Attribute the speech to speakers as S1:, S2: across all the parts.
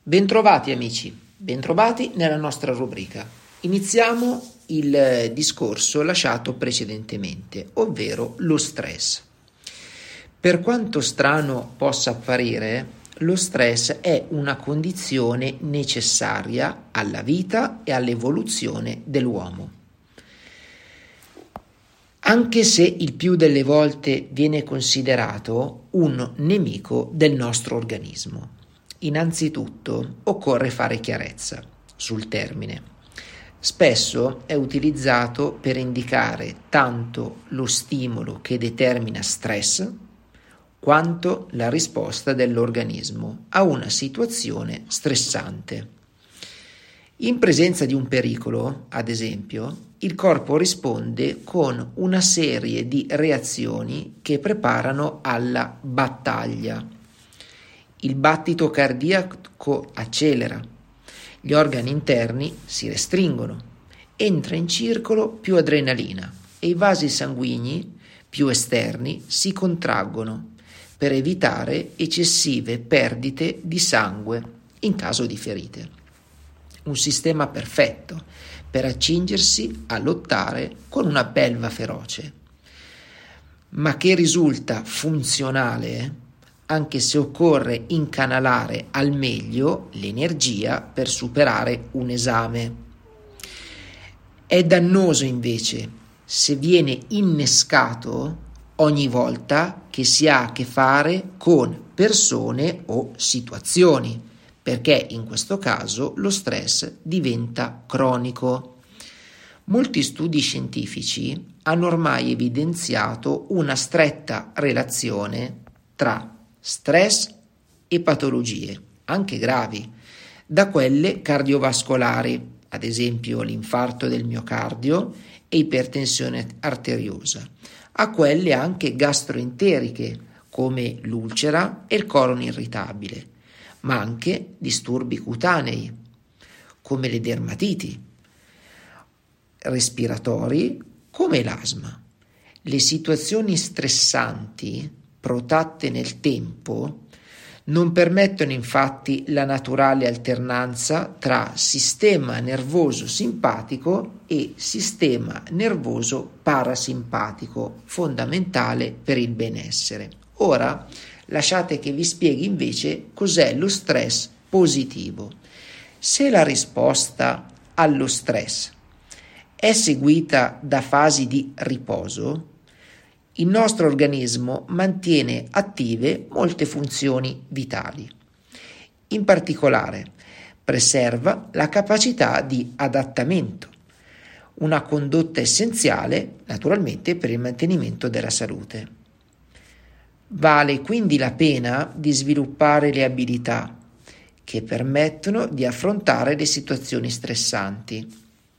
S1: Bentrovati amici, bentrovati nella nostra rubrica. Iniziamo il discorso lasciato precedentemente, ovvero lo stress. Per quanto strano possa apparire, lo stress è una condizione necessaria alla vita e all'evoluzione dell'uomo. Anche se il più delle volte viene considerato un nemico del nostro organismo. Innanzitutto occorre fare chiarezza sul termine. Spesso è utilizzato per indicare tanto lo stimolo che determina stress quanto la risposta dell'organismo a una situazione stressante. In presenza di un pericolo, ad esempio, il corpo risponde con una serie di reazioni che preparano alla battaglia. Il battito cardiaco accelera, gli organi interni si restringono, entra in circolo più adrenalina e i vasi sanguigni più esterni si contraggono per evitare eccessive perdite di sangue in caso di ferite. Un sistema perfetto per accingersi a lottare con una belva feroce, ma che risulta funzionale anche se occorre incanalare al meglio l'energia per superare un esame. È dannoso invece se viene innescato ogni volta che si ha a che fare con persone o situazioni, perché in questo caso lo stress diventa cronico. Molti studi scientifici hanno ormai evidenziato una stretta relazione tra stress e patologie, anche gravi, da quelle cardiovascolari, ad esempio l'infarto del miocardio e ipertensione arteriosa, a quelle anche gastroenteriche, come l'ulcera e il colon irritabile, ma anche disturbi cutanei, come le dermatiti, respiratori, come l'asma. Le situazioni stressanti protratte nel tempo non permettono infatti la naturale alternanza tra sistema nervoso simpatico e sistema nervoso parasimpatico, fondamentale per il benessere. Ora lasciate che vi spieghi invece cos'è lo stress positivo. Se la risposta allo stress è seguita da fasi di riposo, il nostro organismo mantiene attive molte funzioni vitali. In particolare, preserva la capacità di adattamento, una condotta essenziale naturalmente per il mantenimento della salute. Vale quindi la pena di sviluppare le abilità che permettono di affrontare le situazioni stressanti.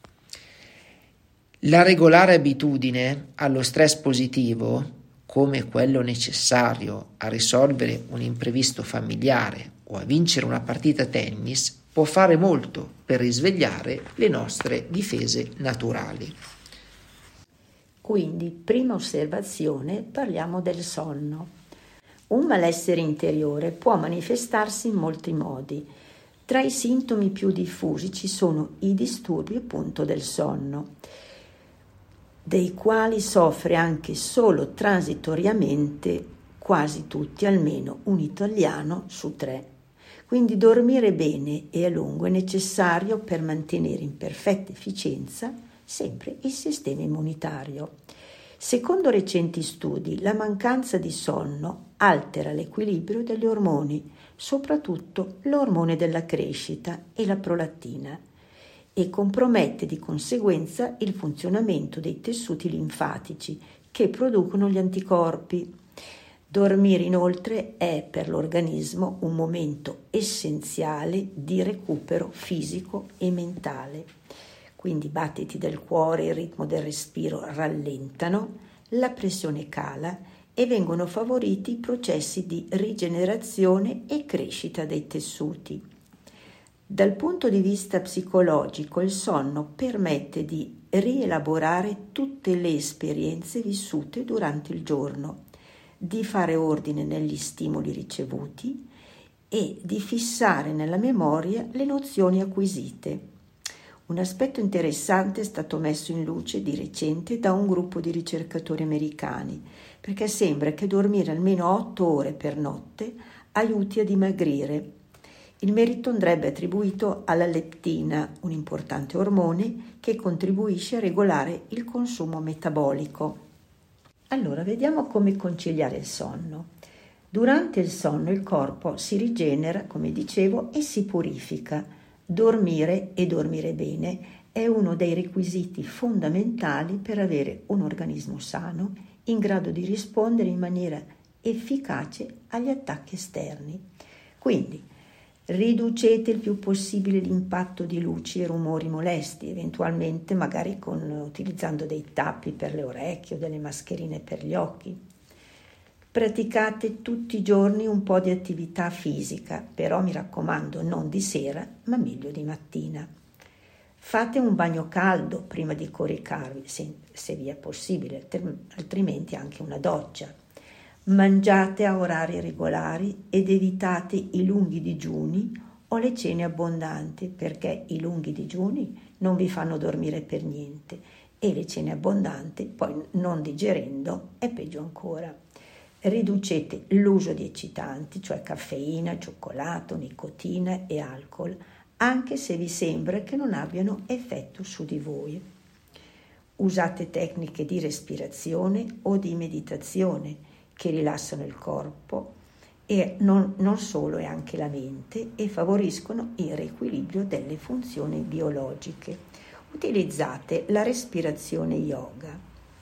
S1: La regolare abitudine allo stress positivo, come quello necessario a risolvere un imprevisto familiare o a vincere una partita a tennis, può fare molto per risvegliare le nostre difese naturali.
S2: Quindi, prima osservazione, parliamo del sonno. Un malessere interiore può manifestarsi in molti modi. Tra i sintomi più diffusi ci sono i disturbi appunto del sonno, dei quali soffre anche solo transitoriamente quasi tutti, almeno un italiano su 3. Quindi dormire bene e a lungo è necessario per mantenere in perfetta efficienza sempre il sistema immunitario. Secondo recenti studi, la mancanza di sonno altera l'equilibrio degli ormoni, soprattutto l'ormone della crescita e la prolattina, e compromette di conseguenza il funzionamento dei tessuti linfatici che producono gli anticorpi. Dormire inoltre è per l'organismo un momento essenziale di recupero fisico e mentale. Quindi i battiti del cuore e il ritmo del respiro rallentano, la pressione cala e vengono favoriti i processi di rigenerazione e crescita dei tessuti. Dal punto di vista psicologico, il sonno permette di rielaborare tutte le esperienze vissute durante il giorno, di fare ordine negli stimoli ricevuti e di fissare nella memoria le nozioni acquisite. Un aspetto interessante è stato messo in luce di recente da un gruppo di ricercatori americani, perché sembra che dormire almeno 8 ore per notte aiuti a dimagrire. Il merito andrebbe attribuito alla leptina, un importante ormone che contribuisce a regolare il consumo metabolico. Allora, vediamo come conciliare il sonno. Durante il sonno il corpo si rigenera, come dicevo, e si purifica. Dormire e dormire bene è uno dei requisiti fondamentali per avere un organismo sano in grado di rispondere in maniera efficace agli attacchi esterni. Quindi riducete il più possibile l'impatto di luci e rumori molesti, eventualmente magari utilizzando dei tappi per le orecchie o delle mascherine per gli occhi. Praticate tutti i giorni un po' di attività fisica, però mi raccomando non di sera, ma meglio di mattina. Fate un bagno caldo prima di coricarvi, se vi è possibile, altrimenti anche una doccia. Mangiate a orari regolari ed evitate i lunghi digiuni o le cene abbondanti, perché i lunghi digiuni non vi fanno dormire per niente e le cene abbondanti, poi non digerendo, è peggio ancora. Riducete l'uso di eccitanti, cioè caffeina, cioccolato, nicotina e alcol, anche se vi sembra che non abbiano effetto su di voi. Usate tecniche di respirazione o di meditazione che rilassano il corpo e non solo, e anche la mente, e favoriscono il riequilibrio delle funzioni biologiche. Utilizzate la respirazione yoga.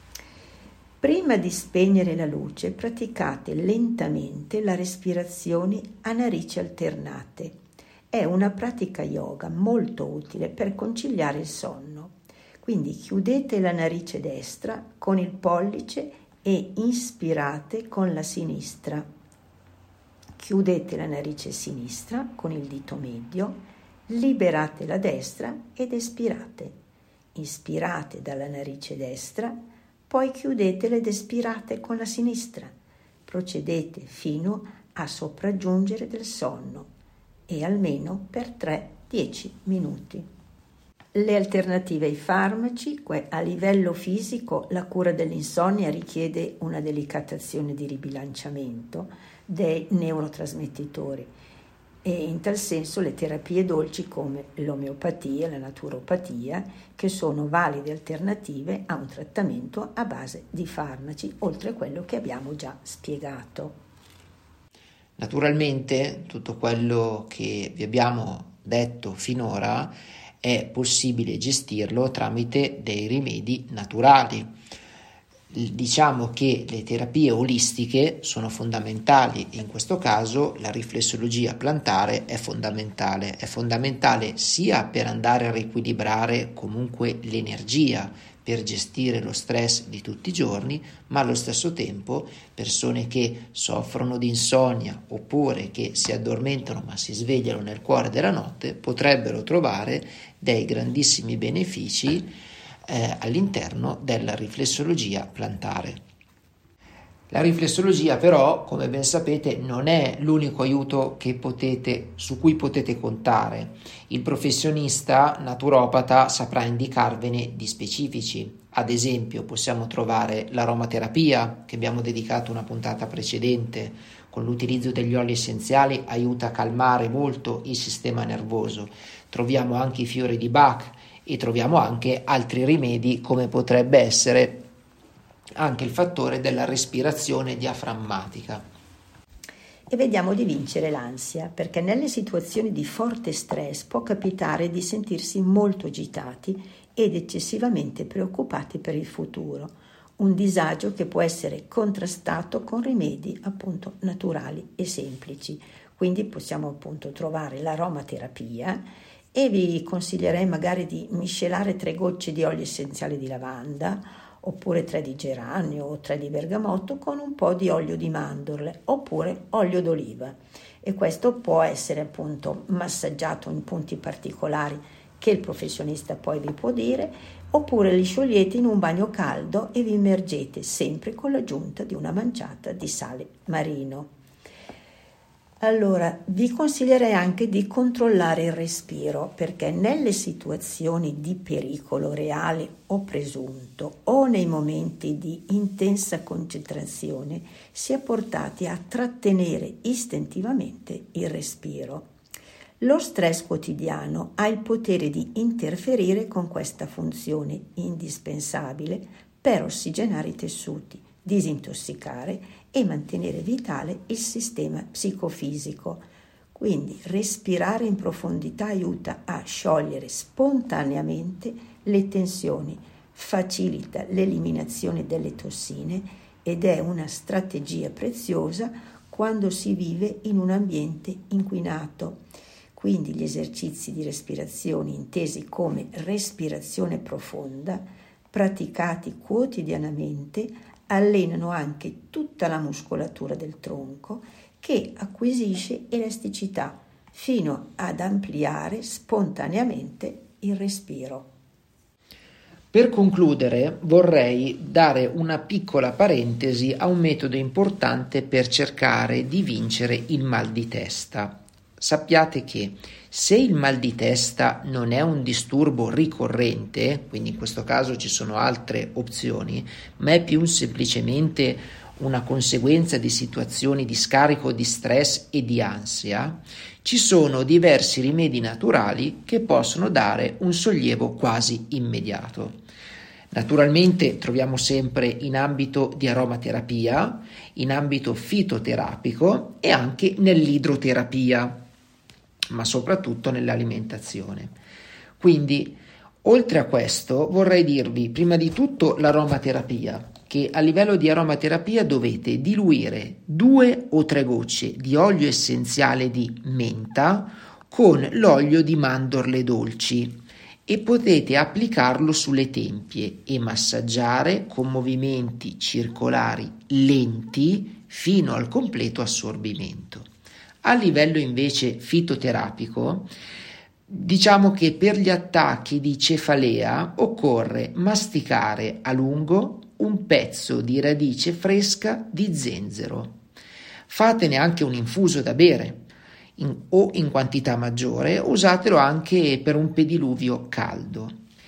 S2: Prima di spegnere la luce, praticate lentamente la respirazione a narici alternate. È una pratica yoga molto utile per conciliare il sonno. Quindi chiudete la narice destra con il pollice e inspirate con la sinistra. Chiudete la narice sinistra con il dito medio, liberate la destra ed espirate. Inspirate dalla narice destra, poi chiudete ed espirate con la sinistra. Procedete fino a sopraggiungere del sonno e almeno per 3-10 minuti. Le alternative ai farmaci: a livello fisico la cura dell'insonnia richiede una delicata azione di ribilanciamento dei neurotrasmettitori e in tal senso le terapie dolci come l'omeopatia e la naturopatia, che sono valide alternative a un trattamento a base di farmaci, oltre a quello che abbiamo già spiegato.
S1: Naturalmente tutto quello che vi abbiamo detto finora è possibile gestirlo tramite dei rimedi naturali. Diciamo che le terapie olistiche sono fondamentali, in questo caso la riflessologia plantare è fondamentale sia per andare a riequilibrare comunque l'energia per gestire lo stress di tutti i giorni, ma allo stesso tempo persone che soffrono di insonnia oppure che si addormentano ma si svegliano nel cuore della notte potrebbero trovare dei grandissimi benefici all'interno della riflessologia plantare. La riflessologia però, come ben sapete, non è l'unico aiuto su cui potete contare. Il professionista naturopata saprà indicarvene di specifici. Ad esempio possiamo trovare l'aromaterapia, che abbiamo dedicato una puntata precedente. Con l'utilizzo degli oli essenziali aiuta a calmare molto il sistema nervoso. Troviamo anche i fiori di Bach e troviamo anche altri rimedi, come potrebbe essere anche il fattore della respirazione diaframmatica.
S2: E vediamo di vincere l'ansia, perché nelle situazioni di forte stress può capitare di sentirsi molto agitati ed eccessivamente preoccupati per il futuro, un disagio che può essere contrastato con rimedi appunto naturali e semplici. Quindi possiamo appunto trovare l'aromaterapia e vi consiglierei magari di miscelare 3 gocce di olio essenziale di lavanda oppure 3 di geranio o 3 di bergamotto con un po' di olio di mandorle oppure olio d'oliva, e questo può essere appunto massaggiato in punti particolari che il professionista poi vi può dire, oppure li sciogliete in un bagno caldo e vi immergete sempre con l'aggiunta di una manciata di sale marino. Allora, vi consiglierei anche di controllare il respiro, perché nelle situazioni di pericolo reale o presunto o nei momenti di intensa concentrazione si è portati a trattenere istintivamente il respiro. Lo stress quotidiano ha il potere di interferire con questa funzione indispensabile per ossigenare i tessuti, disintossicare e mantenere vitale il sistema psicofisico. Quindi respirare in profondità aiuta a sciogliere spontaneamente le tensioni, facilita l'eliminazione delle tossine ed è una strategia preziosa quando si vive in un ambiente inquinato. Quindi gli esercizi di respirazione intesi come respirazione profonda, praticati quotidianamente, allenano anche tutta la muscolatura del tronco che acquisisce elasticità fino ad ampliare spontaneamente il respiro.
S1: Per concludere, vorrei dare una piccola parentesi a un metodo importante per cercare di vincere il mal di testa. Sappiate che se il mal di testa non è un disturbo ricorrente, quindi in questo caso ci sono altre opzioni, ma è più semplicemente una conseguenza di situazioni di scarico di stress e di ansia, ci sono diversi rimedi naturali che possono dare un sollievo quasi immediato. Naturalmente troviamo sempre in ambito di aromaterapia, in ambito fitoterapico e anche nell'idroterapia, ma soprattutto nell'alimentazione. Quindi, oltre a questo, vorrei dirvi prima di tutto l'aromaterapia, che a livello di aromaterapia dovete diluire 2 o 3 gocce di olio essenziale di menta con l'olio di mandorle dolci e potete applicarlo sulle tempie e massaggiare con movimenti circolari lenti fino al completo assorbimento. A livello invece fitoterapico, diciamo che per gli attacchi di cefalea occorre masticare a lungo un pezzo di radice fresca di zenzero. Fatene anche un infuso da bere o in quantità maggiore, usatelo anche per un pediluvio caldo.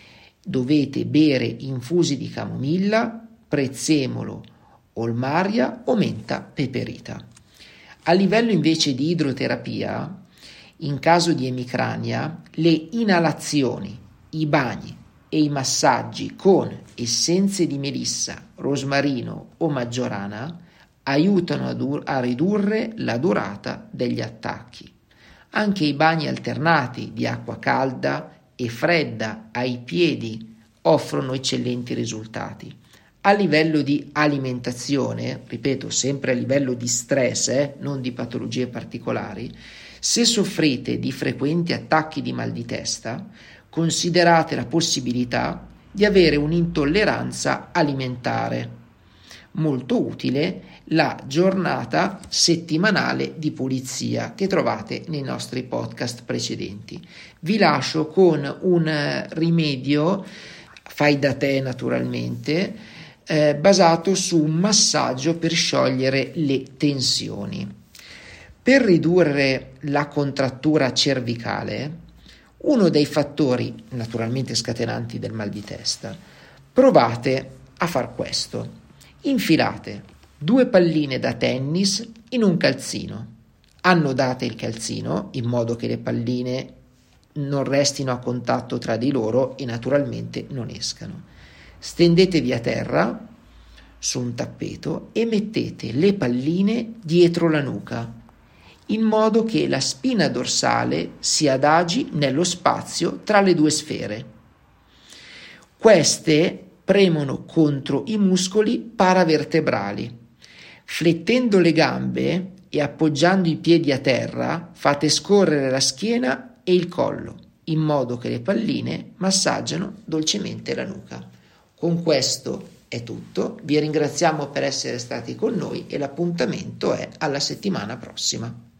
S1: Dovete bere infusi di camomilla, prezzemolo, olmaria o menta peperita. A livello invece di idroterapia, in caso di emicrania, le inalazioni, i bagni e i massaggi con essenze di melissa, rosmarino o maggiorana aiutano a ridurre la durata degli attacchi. Anche i bagni alternati di acqua calda e fredda ai piedi offrono eccellenti risultati. A livello di alimentazione, ripeto, sempre a livello di stress, non di patologie particolari, se soffrite di frequenti attacchi di mal di testa, considerate la possibilità di avere un'intolleranza alimentare. Molto utile la giornata settimanale di pulizia che trovate nei nostri podcast precedenti. Vi lascio con un rimedio, fai da te naturalmente, basato su un massaggio per sciogliere le tensioni. Per ridurre la contrattura cervicale, uno dei fattori naturalmente scatenanti del mal di testa, provate a far questo. Infilate 2 palline da tennis in un calzino. Annodate il calzino in modo che le palline non restino a contatto tra di loro e naturalmente non escano. Stendetevi a terra su un tappeto e mettete le palline dietro la nuca, in modo che la spina dorsale si adagi nello spazio tra le 2 sfere. Queste premono contro i muscoli paravertebrali. Flettendo le gambe e appoggiando i piedi a terra, fate scorrere la schiena e il collo, in modo che le palline massaggiano dolcemente la nuca. Con questo è tutto, vi ringraziamo per essere stati con noi e l'appuntamento è alla settimana prossima.